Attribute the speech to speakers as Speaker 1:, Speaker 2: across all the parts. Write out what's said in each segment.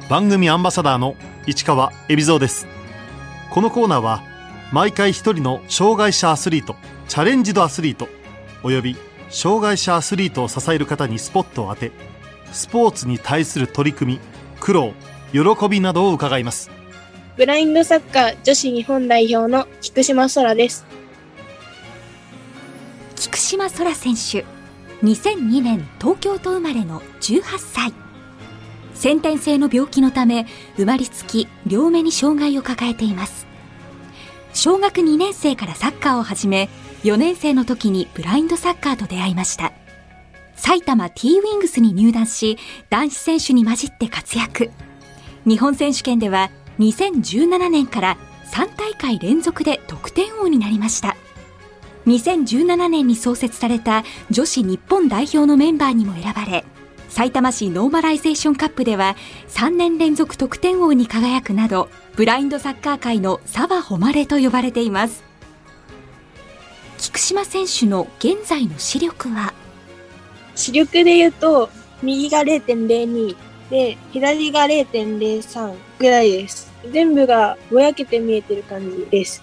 Speaker 1: 番組アンバサダーの市川海老蔵です。このコーナーは毎回一人の障害者アスリート、チャレンジドアスリートおよび障害者アスリートを支える方にスポットを当て、スポーツに対する取り組み、苦労、喜びなどを伺います。
Speaker 2: ブラインドサッカー女子日本代表の菊島空です。
Speaker 3: 菊島空選手、2002年東京都生まれの18歳。先天性の病気のため生まれつき両目に障害を抱えています。小学2年生からサッカーを始め、4年生の時にブラインドサッカーと出会いました。埼玉 T ウィングスに入団し、男子選手に混じって活躍。日本選手権では2017年から3大会連続で得点王になりました。2017年に創設された女子日本代表のメンバーにも選ばれ、さいたま市ノーマライゼーションカップでは3年連続得点王に輝くなど、ブラインドサッカー界の澤穂希と呼ばれています。菊島選手の現在の視力は？
Speaker 2: 視力で言うと右が 0.02 で左が 0.03 ぐらいです。全部がぼやけて見えてる感じです。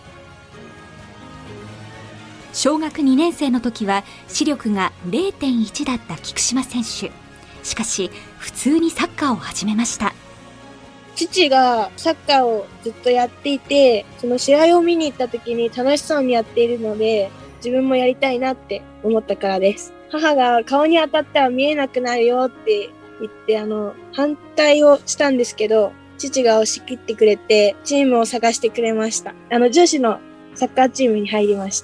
Speaker 3: 小学2年生の時は視力が 0.1 だった菊島選手。しかし普通にサッカーを始めました。
Speaker 2: 父がサッカーをずっとやっていて、その試合を見に行った時に楽しそうにやっているので、自分もやりたいなって思ったからです。母が顔に当たったら見えなくなるよって言って反対をしたんですけど、父が押し切ってくれてチームを探してくれました。女子のサッカーチームに入りました。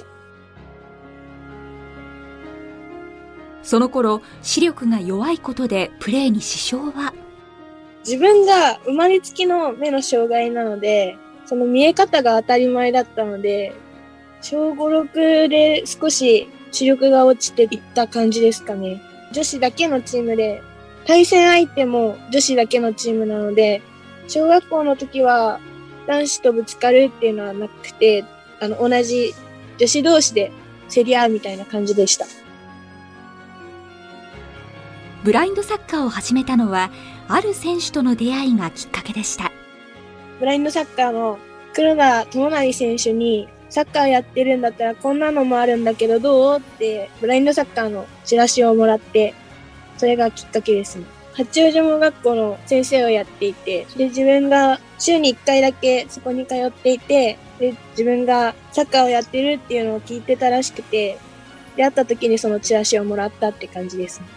Speaker 3: その頃視力が弱いことでプレーに支障は？
Speaker 2: 自分が生まれつきの目の障害なので、その見え方が当たり前だったので、小5、6で少し視力が落ちていった感じですかね。女子だけのチームで、対戦相手も女子だけのチームなので、小学校の時は男子とぶつかるっていうのはなくて、同じ女子同士で競り合うみたいな感じでした。
Speaker 3: ブラインドサッカーを始めたのは、ある選手との出会いがきっかけでした。
Speaker 2: ブラインドサッカーの黒田智成選手に、サッカーやってるんだったらこんなのもあるんだけどどうってブラインドサッカーのチラシをもらって、それがきっかけですね。八王子盲学校の先生をやっていて、で自分が週に1回だけそこに通っていて、で自分がサッカーをやってるっていうのを聞いてたらしくて、で会った時にそのチラシをもらったって感じですね。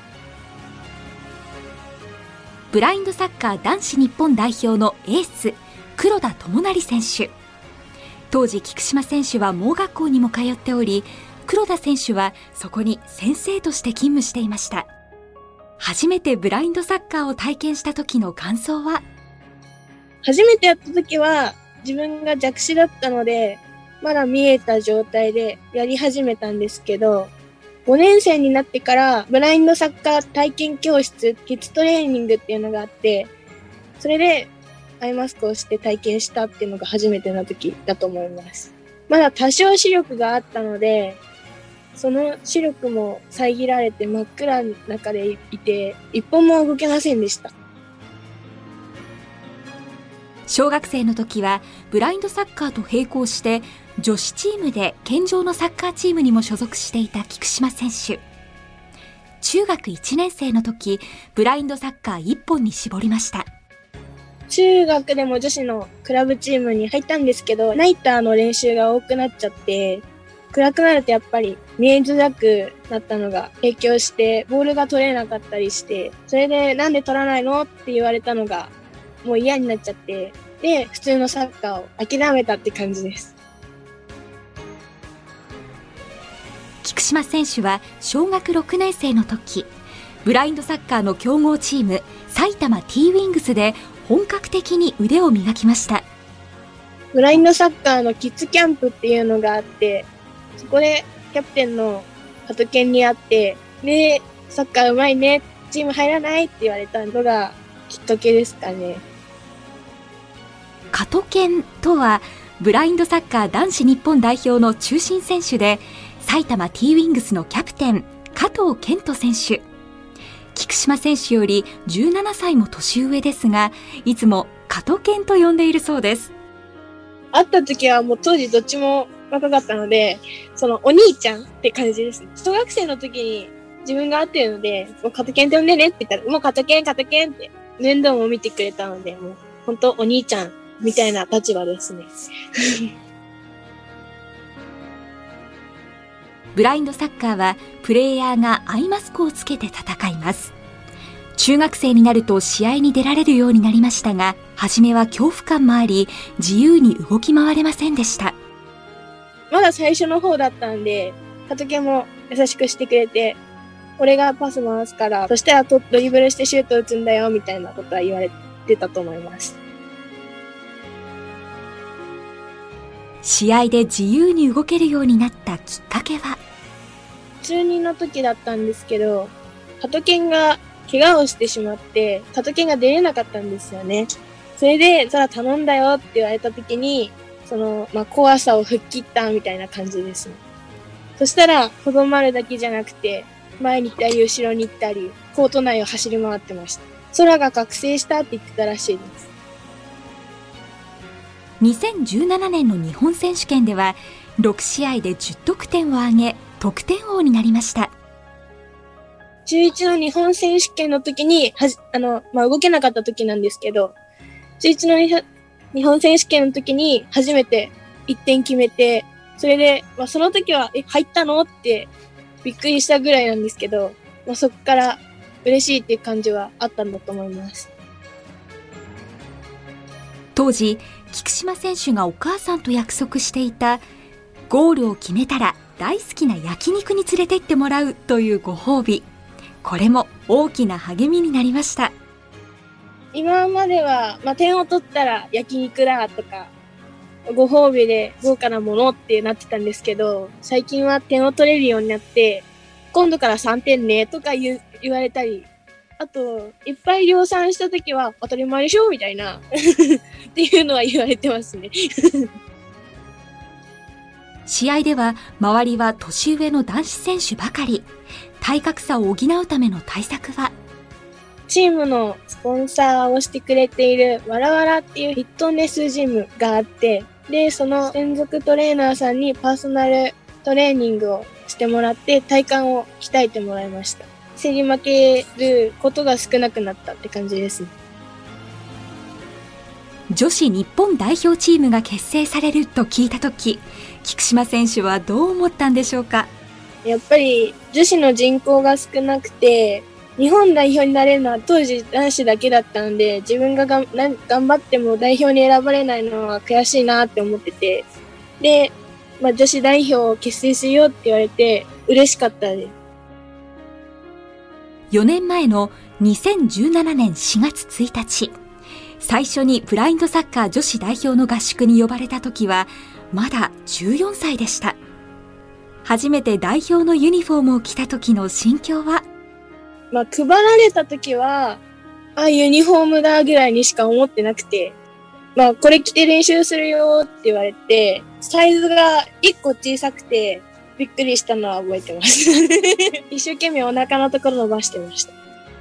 Speaker 3: ブラインドサッカー男子日本代表のエース、黒田智成選手。当時菊島選手は盲学校にも通っており、黒田選手はそこに先生として勤務していました。初めてブラインドサッカーを体験した時の感想は？
Speaker 2: 初めてやった時は自分が弱視だったので、まだ見えた状態でやり始めたんですけど、5年生になってからブラインドサッカー体験教室、キッズトレーニングっていうのがあって、それでアイマスクをして体験したっていうのが初めての時だと思います。まだ多少視力があったので、その視力も遮られて真っ暗の中でいて、一歩も動けませんでした。
Speaker 3: 小学生の時はブラインドサッカーと並行して女子チームで県上のサッカーチームにも所属していた菊島選手。中学1年生の時、ブラインドサッカー一本に絞りました。
Speaker 2: 中学でも女子のクラブチームに入ったんですけど、ナイターの練習が多くなっちゃって、暗くなるとやっぱり見えづらくなったのが影響して、ボールが取れなかったりして、それでなんで取らないのって言われたのがもう嫌になっちゃって、で、普通のサッカーを諦めたって感じです。
Speaker 3: 菊島選手は小学6年生の時、ブラインドサッカーの強豪チーム埼玉 T ウィングスで本格的に腕を磨きました。
Speaker 2: ブラインドサッカーのキッズキャンプっていうのがあって、そこでキャプテンの加藤健に会って、で、サッカーうまいね、チーム入らないって言われたのがきっかけですかね。
Speaker 3: 加藤健とはブラインドサッカー男子日本代表の中心選手で、埼玉 T ウィングスのキャプテン加藤健人選手。 菊島選手より17歳も年上ですが、いつも加藤健と呼んでいるそうです。
Speaker 2: 会った時はもう当時どっちも若かったので、そのお兄ちゃんって感じですね。小学生の時に自分が会ってるので、もう加藤健って呼んでねって言ったら、もう加藤健って面倒も見てくれたので、もう本当お兄ちゃんみたいな立場ですね。
Speaker 3: ブラインドサッカーはプレイヤーがアイマスクをつけて戦います。中学生になると試合に出られるようになりましたが、初めは恐怖感もあり、自由に動き回れませんでした。
Speaker 2: まだ最初の方だったんで、加藤健も優しくしてくれて、俺がパス回すから、そしたらドリブルしてシュート打つんだよみたいなことは言われてたと思います。
Speaker 3: 試合で自由に動けるようになったきっかけは、
Speaker 2: 中2の時だったんですけど、加藤健が怪我をしてしまって、加藤健が出れなかったんですよね。それで、じゃあ頼んだよって言われた時に、怖さを吹っ切ったみたいな感じですね。そしたら、とどまるだけじゃなくて、前に行ったり後ろに行ったり、コート内を走り回ってました。空が覚醒したって言ってたらしいです。
Speaker 3: 2017年の日本選手権では6試合で10得点を挙げ得点王になりました。
Speaker 2: 中1の日本選手権の時に動けなかった時なんですけど、中1の日本選手権の時に初めて1点決めて、それで、その時は入ったのってびっくりしたぐらいなんですけど、そこから嬉しいっていう感じはあったんだと思います。
Speaker 3: 当時菊島選手がお母さんと約束していた、ゴールを決めたら大好きな焼肉に連れて行ってもらうというご褒美、これも大きな励みになりました。
Speaker 2: 今までは、点を取ったら焼肉だとか、ご褒美で豪華なものってなってたんですけど、最近は点を取れるようになって、今度から3点ねとか言われたり、あと、いっぱい量産したときは当たり前でしょみたいなっていうのは言われてますね。
Speaker 3: 試合では周りは年上の男子選手ばかり。体格差を補うための対策は、
Speaker 2: チームのスポンサーをしてくれているわらわらっていうフィットネスジムがあって、で、その専属トレーナーさんにパーソナルトレーニングをしてもらって体幹を鍛えてもらいました。競り負けることが少なくなったって感じですね。
Speaker 3: 女子日本代表チームが結成されると聞いたとき、菊島選手はどう思ったんでしょうか。
Speaker 2: やっぱり女子の人口が少なくて、日本代表になれるのは当時男子だけだったので、自分が頑張っても代表に選ばれないのは悔しいなって思ってて、で、女子代表を結成しようって言われて嬉しかったです。
Speaker 3: 4年前の2017年4月1日、最初にブラインドサッカー女子代表の合宿に呼ばれた時は、まだ14歳でした。初めて代表のユニフォームを着た時の心境は、
Speaker 2: 配られた時は、ユニフォームだぐらいにしか思ってなくて、これ着て練習するよって言われて、サイズが1個小さくて、びっくりしたのは覚えてます。一生懸命お腹のところ伸ばしてました。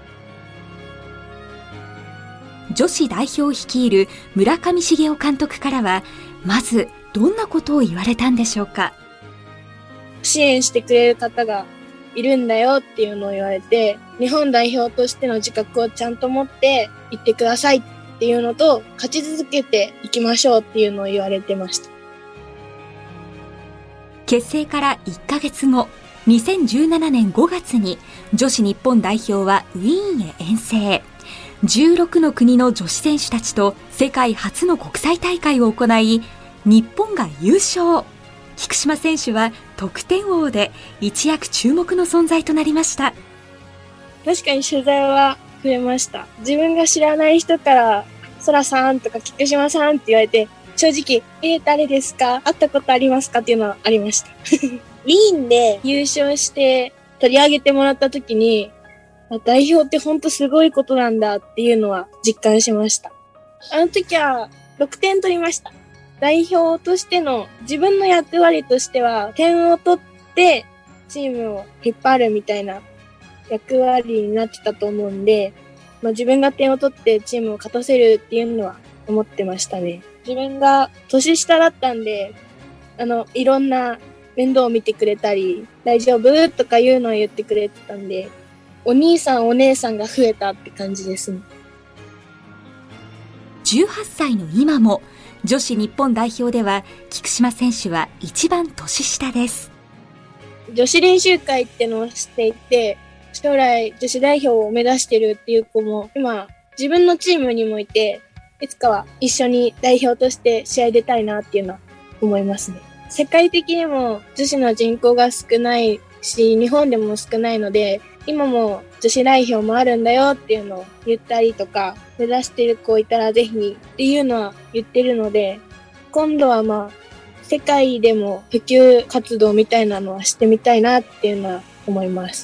Speaker 3: 女子代表を率いる村上茂雄監督からは、まずどんなことを言われたんでしょうか。
Speaker 2: 支援してくれる方がいるんだよっていうのを言われて、日本代表としての自覚をちゃんと持って行ってくださいっていうのと、勝ち続けていきましょうっていうのを言われてました。
Speaker 3: 結成から1ヶ月後、2017年5月に女子日本代表はウィーンへ遠征。16の国の女子選手たちと世界初の国際大会を行い、日本が優勝。菊島選手は得点王で一躍注目の存在となりました。
Speaker 2: 確かに取材は増えました。自分が知らない人からそらさんとか菊島さんって言われて、正直誰ですか、会ったことありますかっていうのはありました。ウィーンで優勝して取り上げてもらった時に、代表って本当すごいことなんだっていうのは実感しました。あの時は6点取りました。代表としての自分の役割としては点を取ってチームを引っ張るみたいな役割になってたと思うんで、自分が点を取ってチームを勝たせるっていうのは思ってましたね。自分が年下だったんで、いろんな面倒を見てくれたり、大丈夫とかいうのを言ってくれてたんで、お兄さんお姉さんが増えたって感じですね。
Speaker 3: 18歳の今も女子日本代表では菊島選手は一番年下です。
Speaker 2: 女子練習会ってのをしていて、将来女子代表を目指してるっていう子も今自分のチームにもいて、いつかは一緒に代表として試合出たいなっていうのは思いますね。世界的にも女子の人口が少ないし、日本でも少ないので、今も女子代表もあるんだよっていうのを言ったりとか、目指してる子いたらぜひっていうのは言ってるので、今度は世界でも普及活動みたいなのはしてみたいなっていうのは思います。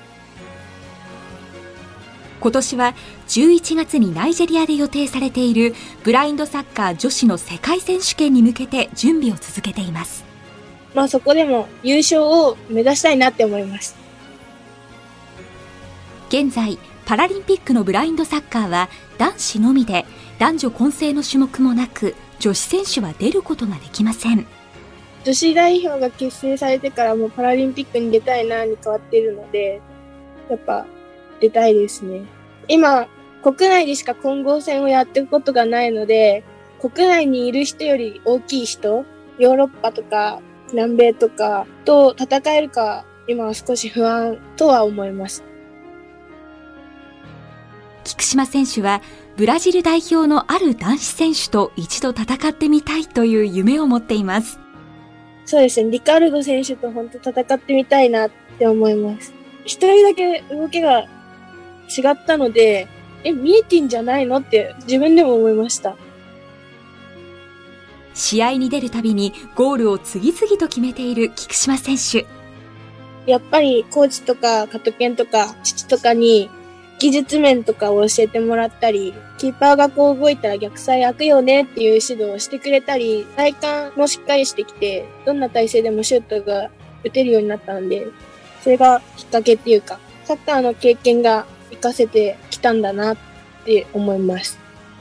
Speaker 3: 今年は11月にナイジェリアで予定されているブラインドサッカー女子の世界選手権に向けて準備を続けています。
Speaker 2: そこでも優勝を目指したいなって思います。
Speaker 3: 現在パラリンピックのブラインドサッカーは男子のみで、男女混成の種目もなく女子選手は出ることができません。
Speaker 2: 女子代表が結成されてからもパラリンピックに出たいなに変わっているので、やっぱ出たいですね。今国内でしか混合戦をやっていくことがないので、国内にいる人より大きい人、ヨーロッパとか南米とかと戦えるか、今は少し不安とは思います。
Speaker 3: 菊島選手はブラジル代表のある男子選手と一度戦ってみたいという夢を持っています。
Speaker 2: そうですね、リカルド選手と本当戦ってみたいなって思います。一人だけ動きが違ったので、見えてんじゃないのって自分でも思いました。
Speaker 3: 試合に出るたびにゴールを次々と決めている菊島選手。
Speaker 2: やっぱりコーチとかカトケンとか父とかに技術面とかを教えてもらったり、キーパーがこう動いたら逆サイ開くよねっていう指導をしてくれたり、体幹もしっかりしてきて、どんな体勢でもシュートが打てるようになったんで、それがきっかけっていうか、サッカーの経験が活かせてきたんだなって思います。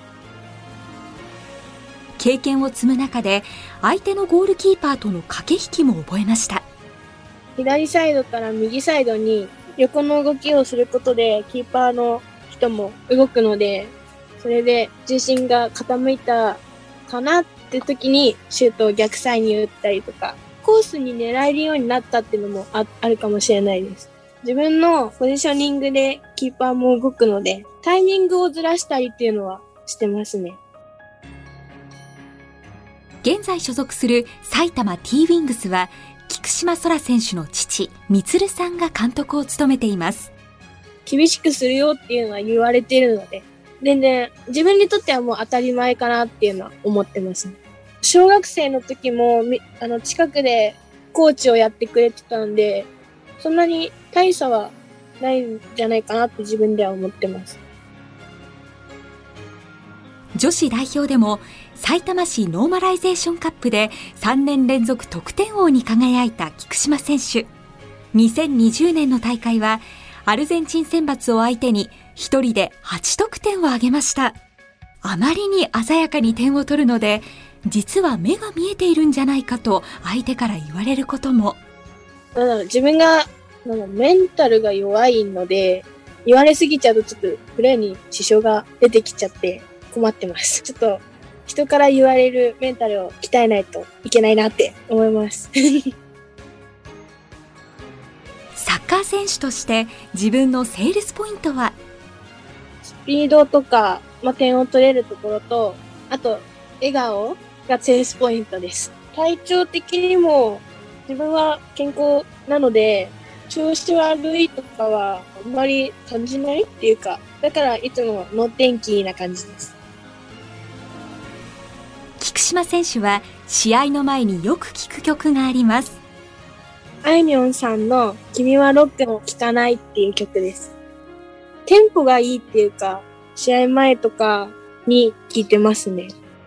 Speaker 3: 経験を積む中で、相手のゴールキーパーとの駆け引きも覚えました。
Speaker 2: 左サイドから右サイドに横の動きをすることでキーパーの人も動くので、それで重心が傾いたかなって時にシュートを逆サイに打ったりとか、コースに狙えるようになったっていうのも あるかもしれないです。自分のポジショニングでキーパーも動くので、タイミングをずらしたりっていうのはしてますね。
Speaker 3: 現在所属する埼玉 T ウィングスは、菊島空選手の父、充さんが監督を務めています。
Speaker 2: 厳しくするよっていうのは言われているので、全然自分にとってはもう当たり前かなっていうのは思ってます。小学生の時も近くでコーチをやってくれてたんで、そんなに大差はないんじゃないかなって自分では思ってます。
Speaker 3: 女子代表でもさいたま市ノーマライゼーションカップで3年連続得点王に輝いた菊島選手。2020年の大会はアルゼンチン選抜を相手に一人で8得点を挙げました。あまりに鮮やかに点を取るので、実は目が見えているんじゃないかと相手から言われることも。
Speaker 2: 自分がメンタルが弱いので、言われすぎちゃうとちょっとプレーに支障が出てきちゃって困ってます。ちょっと人から言われるメンタルを鍛えないといけないなって思います。
Speaker 3: サッカー選手として自分のセールスポイントは？
Speaker 2: スピードとか、点を取れるところと、あと笑顔がセールスポイントです。体調的にも自分は健康なので、調子悪いとかはあんまり感じないっていうか、だからいつもノー天気な感じです。
Speaker 3: 菊島選手は試合の前によく聴く曲があります。
Speaker 2: あいみょんさんの君はロックも聴かないっていう曲です。テンポがいいっていうか、試合前とかに聴いてますね。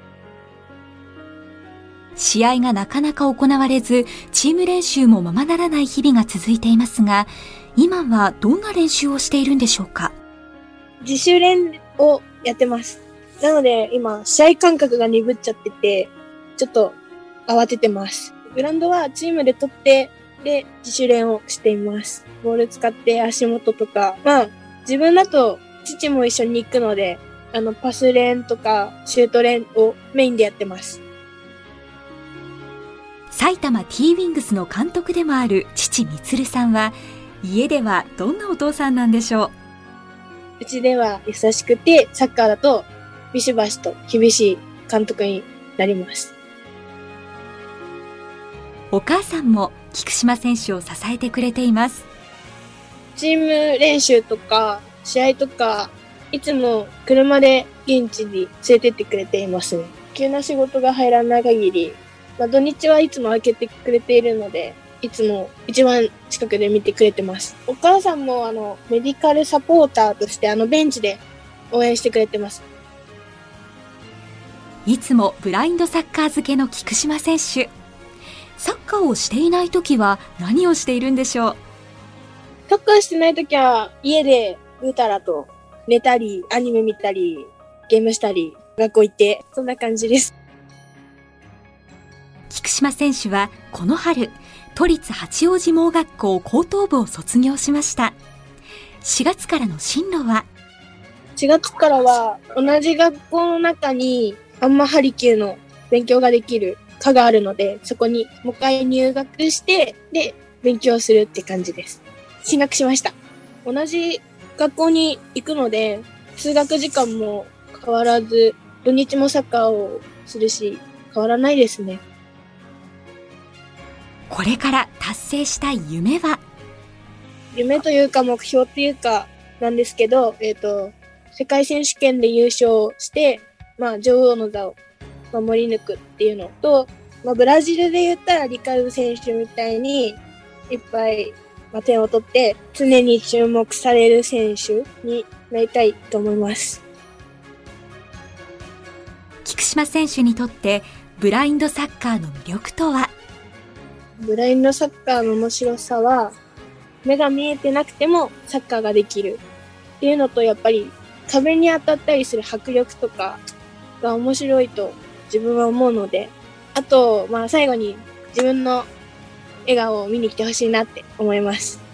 Speaker 3: 試合がなかなか行われず、チーム練習もままならない日々が続いていますが、 今はどんな練習をしているんでしょうか？
Speaker 2: 自主練をやってます。なので今試合感覚が鈍っちゃってて、ちょっと慌ててます。グラウンドはチームで取って、で自主練をしています。ボール使って足元とか、自分だと父も一緒に行くので、パス練とかシュート練をメインでやってます。
Speaker 3: 埼玉 T ウィングスの監督でもある父充さんは、家ではどんなお父さんなんでしょ
Speaker 2: うちでは優しくて、サッカーだとビシバシと厳しい監督になります。
Speaker 3: お母さんも菊島選手を支えてくれています。
Speaker 2: チーム練習とか試合とか、いつも車で現地に連れてってくれていますね。急な仕事が入らない限り、土日はいつも開けてくれているので、いつも一番近くで見てくれてます。お母さんもメディカルサポーターとしてベンチで応援してくれてます。
Speaker 3: いつもブラインドサッカー漬けの菊島選手。サッカーをしていないときは何をしているんでしょう？
Speaker 2: サッカーしてないときは家でぐうたらと寝たり、アニメ見たり、ゲームしたり、学校行って、そんな感じです。
Speaker 3: 菊島選手はこの春、都立八王子盲学校高等部を卒業しました。4月からの進路は
Speaker 2: ？4月からは同じ学校の中にハリキューの勉強ができる科があるので、そこにもう一回入学して、で、勉強するって感じです。進学しました。同じ学校に行くので、通学時間も変わらず、土日もサッカーをするし、変わらないですね。
Speaker 3: これから達成したい夢は？
Speaker 2: 夢というか目標っていうかなんですけど、世界選手権で優勝して、女王の座を守り抜くっていうのと、ブラジルで言ったらリカルド選手みたいにいっぱい点を取って常に注目される選手になりたいと思います。
Speaker 3: 菊島選手にとってブラインドサッカーの魅力とは？
Speaker 2: ブラインドサッカーの面白さは、目が見えてなくてもサッカーができるっていうのと、やっぱり壁に当たったりする迫力とかが面白いと自分は思うので、あと最後に自分の笑顔を見に来てほしいなって思います。